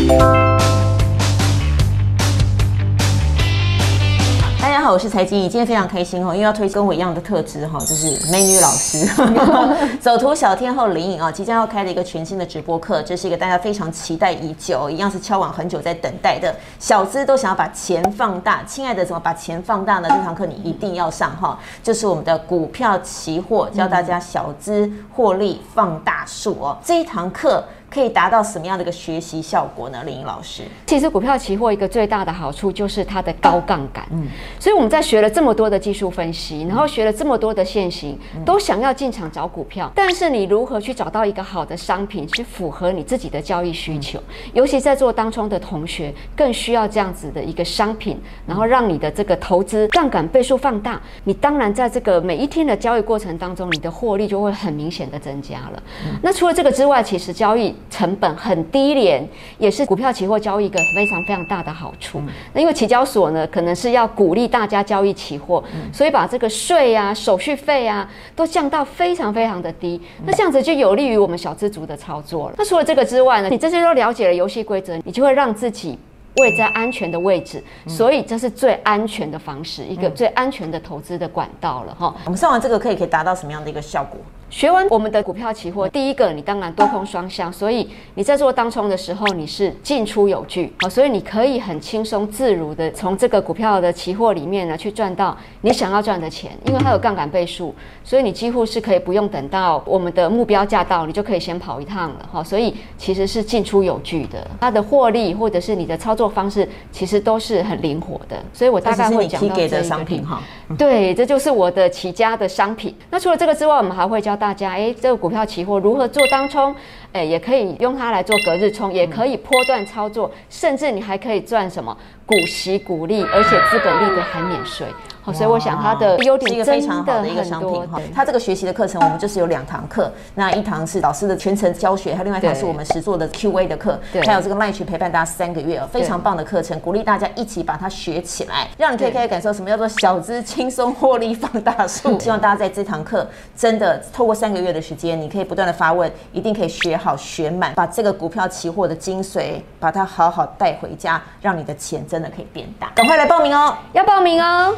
大家好，我是财经怡，今天非常开心哦，因为要推跟我一样的特质哈，就是美女老师，走图小天后林颖啊，即将要开的一个全新的直播课，这是一个大家非常期待已久，一样是敲碗很久在等待的，小资都想要把钱放大，亲爱的，怎么把钱放大呢？这堂课你一定要上哈，就是我们的股票期货，教大家小资获利放大术哦，这一堂课可以达到什么样的一个学习效果呢？林颖老师， 其实股票期货一个最大的好处就是它的高杠杆，所以我们在学了这么多的技术分析，然后学了这么多的线型，都想要进场找股票，但是你如何去找到一个好的商品，去符合你自己的交易需求？尤其在做当冲的同学，更需要这样子的一个商品，然后让你的这个投资杠杆倍数放大，你当然在这个每一天的交易过程当中，你的获利就会很明显的增加了。那除了这个之外，其实交易成本很低廉，也是股票期货交易一个非常大的好处。那因为期交所呢，可能是要鼓励大家交易期货，所以把这个税啊、手续费啊都降到非常的低。那这样子就有利于我们小资族的操作了。那除了这个之外呢，你这些都了解了游戏规则，你就会让自己位在安全的位置，所以这是最安全的方式，一个最安全的投资的管道了哈。 我们上完这个课可以达到什么样的一个效果？ 学完我们的股票期货，第一个你当然多空双向，所以你在做当冲的时候你是进出有据，所以你可以很轻松自如的从这个股票的期货里面呢去赚到你想要赚的钱，因为它有杠杆倍数，所以你几乎是可以不用等到我们的目标价到，你就可以先跑一趟了，所以其实是进出有据的，它的获利或者是你的操作方式其实都是很灵活的，所以我大概会讲到这一个商品哈。 对，这就是我的起家的商品。那除了这个之外，我们还会教大家，这个股票期货如何做当冲，也可以用它来做隔日冲，也可以波段操作，甚至你还可以赚什么股息、股利，而且资本利得还免税。所以我想它的优点真的很多。 它这个学习的课程，我们就是有2堂课，那一堂是老师的全程教学，还有另外一堂是我们实作的 Q&A 的课，还有这个LINE群陪伴大家3个月，非常棒的课程，鼓励大家一起把它学起来，让你可以感受什么叫做小资轻松获利放大术。希望大家在这堂课真的透过3个月的时间，你可以不断的发问，一定可以学好学满，把这个股票期货的精髓，把它好好带回家，让你的钱真的可以变大。赶快来报名哦！ 要报名哦！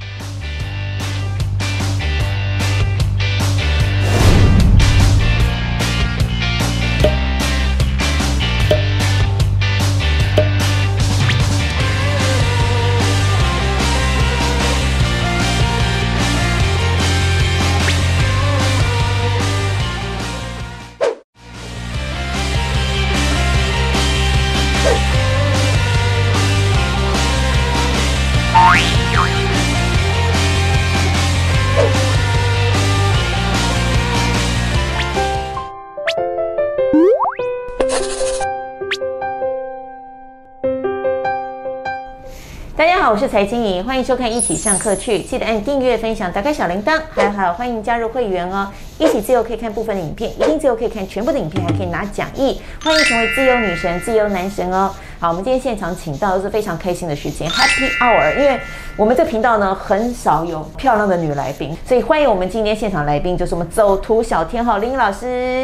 大家好，我是财经怡，欢迎收看一起上课去，记得按订阅、分享、打开小铃铛，还有欢迎加入会员哦。一起自由可以看部分的影片，一定自由可以看全部的影片，还可以拿讲义，欢迎成为自由女神、自由男神哦。好，我们今天现场请到的是非常开心的时间 ，Happy Hour， 因为我们这频道呢很少有漂亮的女来宾，所以欢迎我们今天现场来宾就是我们走图小天后林颖老师。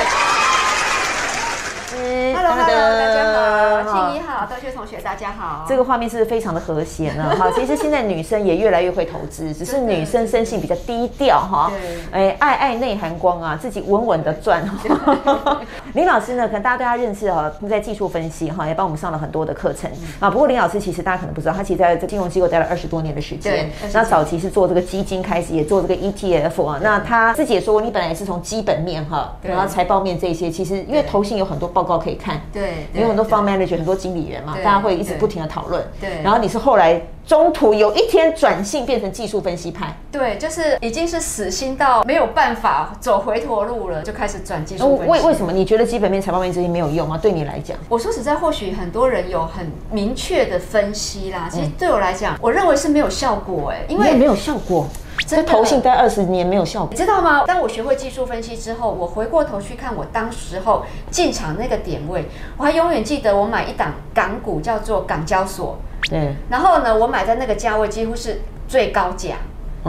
Hello， 大家好，庆怡好，道学同学大家好。 这个画面是不是非常的和谐呢？哈，其实现在女生也越来越会投资，只是女生生性比较低调哈。爱内涵光啊，自己稳稳的赚。林老师呢，可能大家对他认识哈，在技术分析哈，也帮我们上了很多的课程啊。不过林老师其实大家可能不知道，他其实在这金融机构待了20多年的时间。那早期是做这个基金开始，也做这个 ETF 啊。那他自己也说过，你本来也是从基本面哈，然后财报面这些，其实因为投信有很多报告可以看。 对， 有很多 fund manager， 很多经理人嘛，大家会一直不停的讨论。 对， 然后你是后来中途有一天转性变成技术分析派。 对，就是已经是死心到没有办法走回头路了，就开始转技术分析。 为什么你觉得基本面、财报面这些没有用啊？对你来讲， 我说实在，或许很多人有很明确的分析啦，其实对我来讲，我认为是没有效果因为没有效果。这投信待20年没有效果， 你知道吗？当我学会技术分析之后，我回过头去看我当时候进场那个点位，我还永远记得我买一档港股叫做港交所， 对， 然后呢，我买在那个价位几乎是最高价，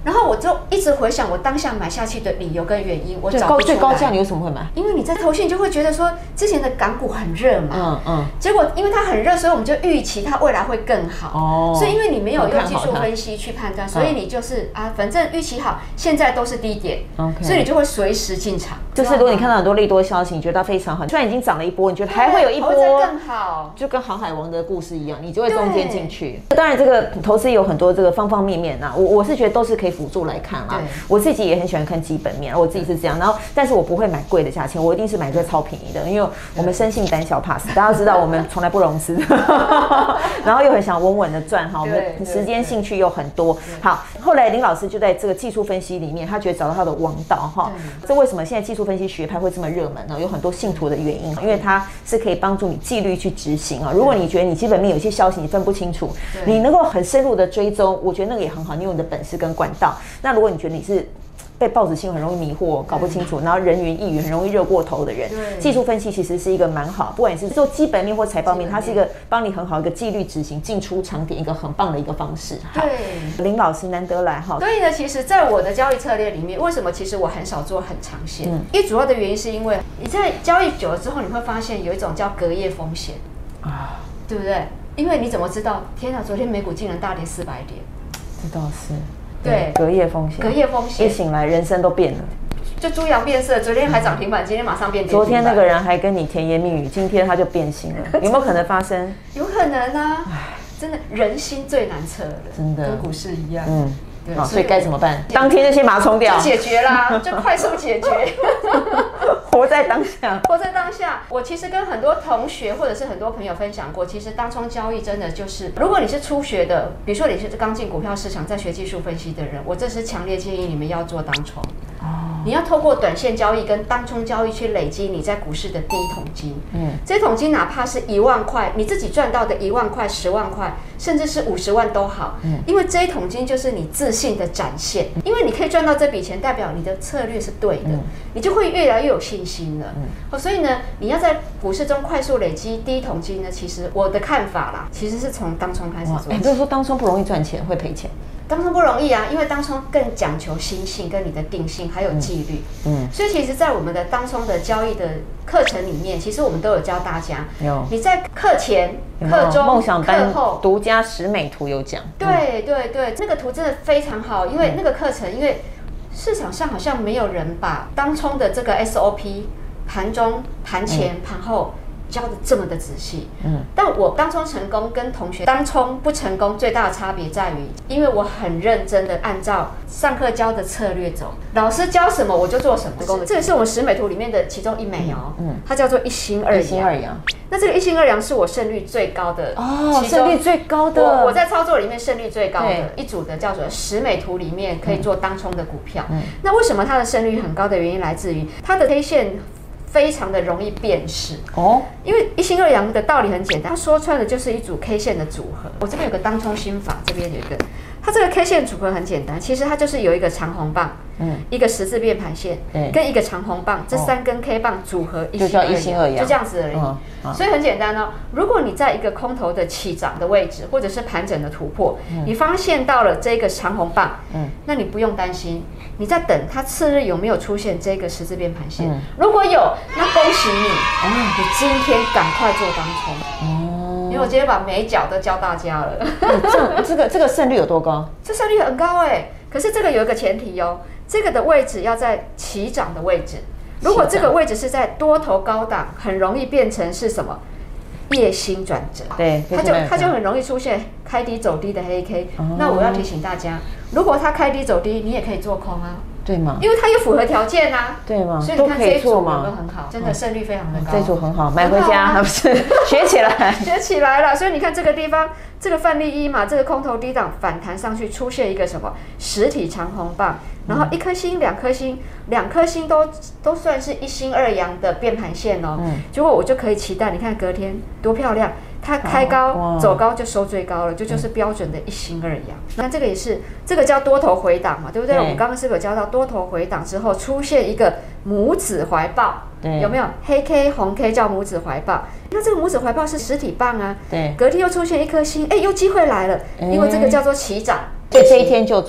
然后我就一直回想我当下买下去的理由跟原因，我找不出来。 最高价你为什么会买？ 因为你在投信就会觉得说，之前的港股很热嘛，结果因为它很热，所以我们就预期它未来会更好。所以因为你没有用技术分析去判断，所以你就是反正预期好，现在都是低点，所以你就会随时进场。 就是如果你看到很多利多消息，你觉得它非常好，虽然已经涨了一波，你觉得还会有一波更好， 就跟航海王的故事一样，你就会中间进去。当然，这个投资有很多这个方方面面啊，我是觉得都是可以辅助来看啊。我自己也很喜欢看基本面，我自己是这样。然后，但是我不会买贵的价钱，我一定是买一个超便宜的，因为我们生性胆小怕死，大家知道我们从来不融资，然后又很想稳稳的赚哈，我们时间兴趣又很多。好，后来林老师就在这个技术分析里面，他觉得找到他的王道哈。这为什么现在技术分析学派会这么热门呢？有很多信徒的原因，因为它是可以帮助你纪律去执行啊。如果你觉得你基本面有些消息你分不清楚，你能够很深入的追踪，我觉得那个也很好，你有你的本事跟管道。那如果你觉得你是被报纸新闻很容易迷惑，搞不清楚，然后人云亦云，很容易热过头的人，技术分析其实是一个蛮好，不管你是做基本面或财报面，它是一个帮你很好一个纪律执行、进出场点一个很棒的一个方式。 对， 林老师难得来哈。 所以呢，其实，在我的交易策略里面，为什么其实我很少做很长线？一主要的原因是因为你在交易久了之后，你会发现有一种叫隔夜风险啊，对不对？因为你怎么知道？天哪，昨天美股竟然大跌400点， 这倒是。 对， 隔夜风险， 隔夜风险， 一醒来人生都变了， 就猪羊变色。昨天还涨停板，今天马上变跌停板。 昨天那个人还跟你甜言蜜语，今天他就变心了，有没有可能发生？ 有可能啊，真的人心最难测的， 真的跟股市一样。 好，所以该怎么办？当天就先把它冲掉， 就解决啦，就快速解决。 活在当下， 活在当下。我其实跟很多同学或者是很多朋友分享过，其实当冲交易真的就是，如果你是初学的，比如说你是刚进股票市场在学技术分析的人，我这是强烈建议你们要做当冲。你要透过短线交易跟当冲交易去累积你在股市的第一桶金。这桶金哪怕是1万块，你自己赚到的1万块、10万块，甚至是50万都好。因为这一桶金就是你自信的展现。因为你可以赚到这笔钱，代表你的策略是对的，你就会越来越有信心了。所以呢，你要在股市中快速累积第一桶金呢，其实我的看法啦，其实是从当冲开始做。 不是说当冲不容易赚钱，会赔钱。 当冲不容易啊，因为当冲更讲求心性跟你的定性还有纪律。所以其实，在我们的当冲的交易的课程里面，其实我们都有教大家。你在课前、课中、 梦想班课后独家10美图有讲。 对对对，那个图真的非常好，因为那个课程，因为市场上好像没有人把当冲的这个 SOP 盘中、盘前、盘后教的这么的仔细。但我当冲成功跟同学当冲不成功最大的差别在于，因为我很认真的按照上课教的策略走，老师教什么我就做什么。这个是我们10美图里面的其中1枚哦，它叫做一心二阳。那这个一心二阳是我胜率最高的哦，胜率最高的。 我在操作里面胜率最高的一组的叫做10美图里面可以做当冲的股票。那为什么它的胜率很高的原因来自于它的 K 线非常的容易辨识哦，因为一心二阳的道理很简单，它说穿的就是一组 K 线的组合。我这边有个当冲心法，这边有一个，它这个 K 线组合很简单，其实它就是有一个长红棒，一个十字变盘线，跟一个长红棒，这3根 K 棒组合一心二阳，就这样子而已。所以很简单哦。如果你在一个空头的起涨的位置，或者是盘整的突破，你发现到了这个长红棒，那你不用担心。你在等它次日有没有出现这个十字变盘线？如果有，那恭喜你，你今天赶快做当冲。因为我今天把每角都教大家了。 这个胜率有多高？ 这胜率很高哎，可是这个有一个前提哦，这个的位置要在起涨的位置。如果这个位置是在多头高档，很容易变成是什么？夜星转折， 对， 它就很容易出现开低走低的黑 K。那我要提醒大家，如果它开低走低，你也可以做空啊， 对吗？ 因为它也符合条件啊， 对吗？ 所以你看这一组有没有很好？真的胜率非常的高， 这一组很好，买回家不是学起来， 学起来了。所以你看这个地方，这个范例1嘛，这个空头低档反弹上去，出现一个什么实体长红棒，然后1颗星、2颗星，2颗星都算是一心二阳的变盘线哦。结果我就可以期待，你看隔天多漂亮，它开高走高就收最高了，这就是标准的一心二阳。那这个也是，这个叫多头回档嘛，对不对？我们刚刚是不是有教到多头回档之后出现一个拇指怀抱？有没有黑 K 红 K 叫拇指怀抱？那这个拇指怀抱是实体棒啊，隔天又出现1颗星，又机会来了，因为这个叫做起涨。 所以这一天就做。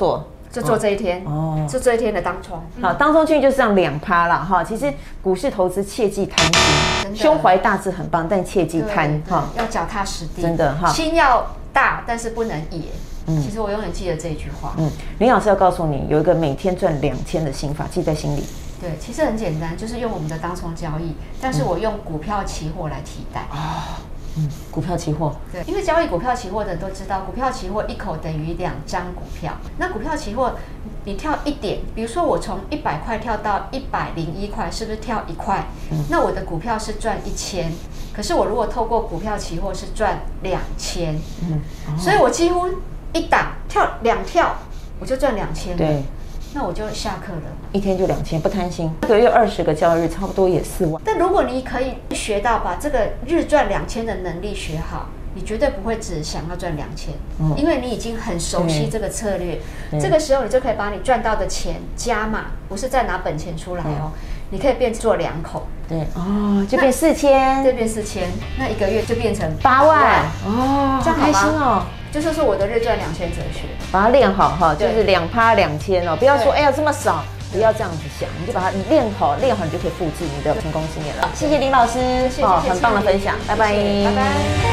就做这一天哦， 就这一天的当冲。 好，当冲进去就是这样2%啦哈。其实股市投资切忌贪心，胸怀大志很棒，但切忌贪哈， 要脚踏实地， 真的哈， 心要大，但是不能野。其实我永远记得这一句话。 林老师要告诉你，有一个每天赚2000的心法，记在心里。 对，其实很简单，就是用我们的当冲交易，但是我用股票期货来替代。 股票期货， 对，因为交易股票期货的人都知道，股票期货一口等于2张股票。那股票期货你跳1点，比如说我从100块跳到101块，是不是跳1块？那我的股票是赚1000，可是我如果透过股票期货是赚2000，所以我几乎一档跳2跳，我就赚2000。对。那我就下课了， 一天就2000，不贪心。1个月20个交易日，差不多也4万。 但如果你可以学到把这个日赚2000的能力学好，你绝对不会只想要赚2000，因为你已经很熟悉这个策略。这个时候你就可以把你赚到的钱加码，不是再拿本钱出来哦，你可以变做2口。 对哦，就变4000， 就变4000，那1个月就变成 8万哦，这样开心哦。 就是说我的日赚2000哲学， 把它练好哈，就是2%2000哦，不要说哎呀这么少，不要这样子想，你就把它练好，练好你就可以复制你的成功经验了。谢谢林老师， 谢谢， 很棒的分享，拜拜， 拜拜。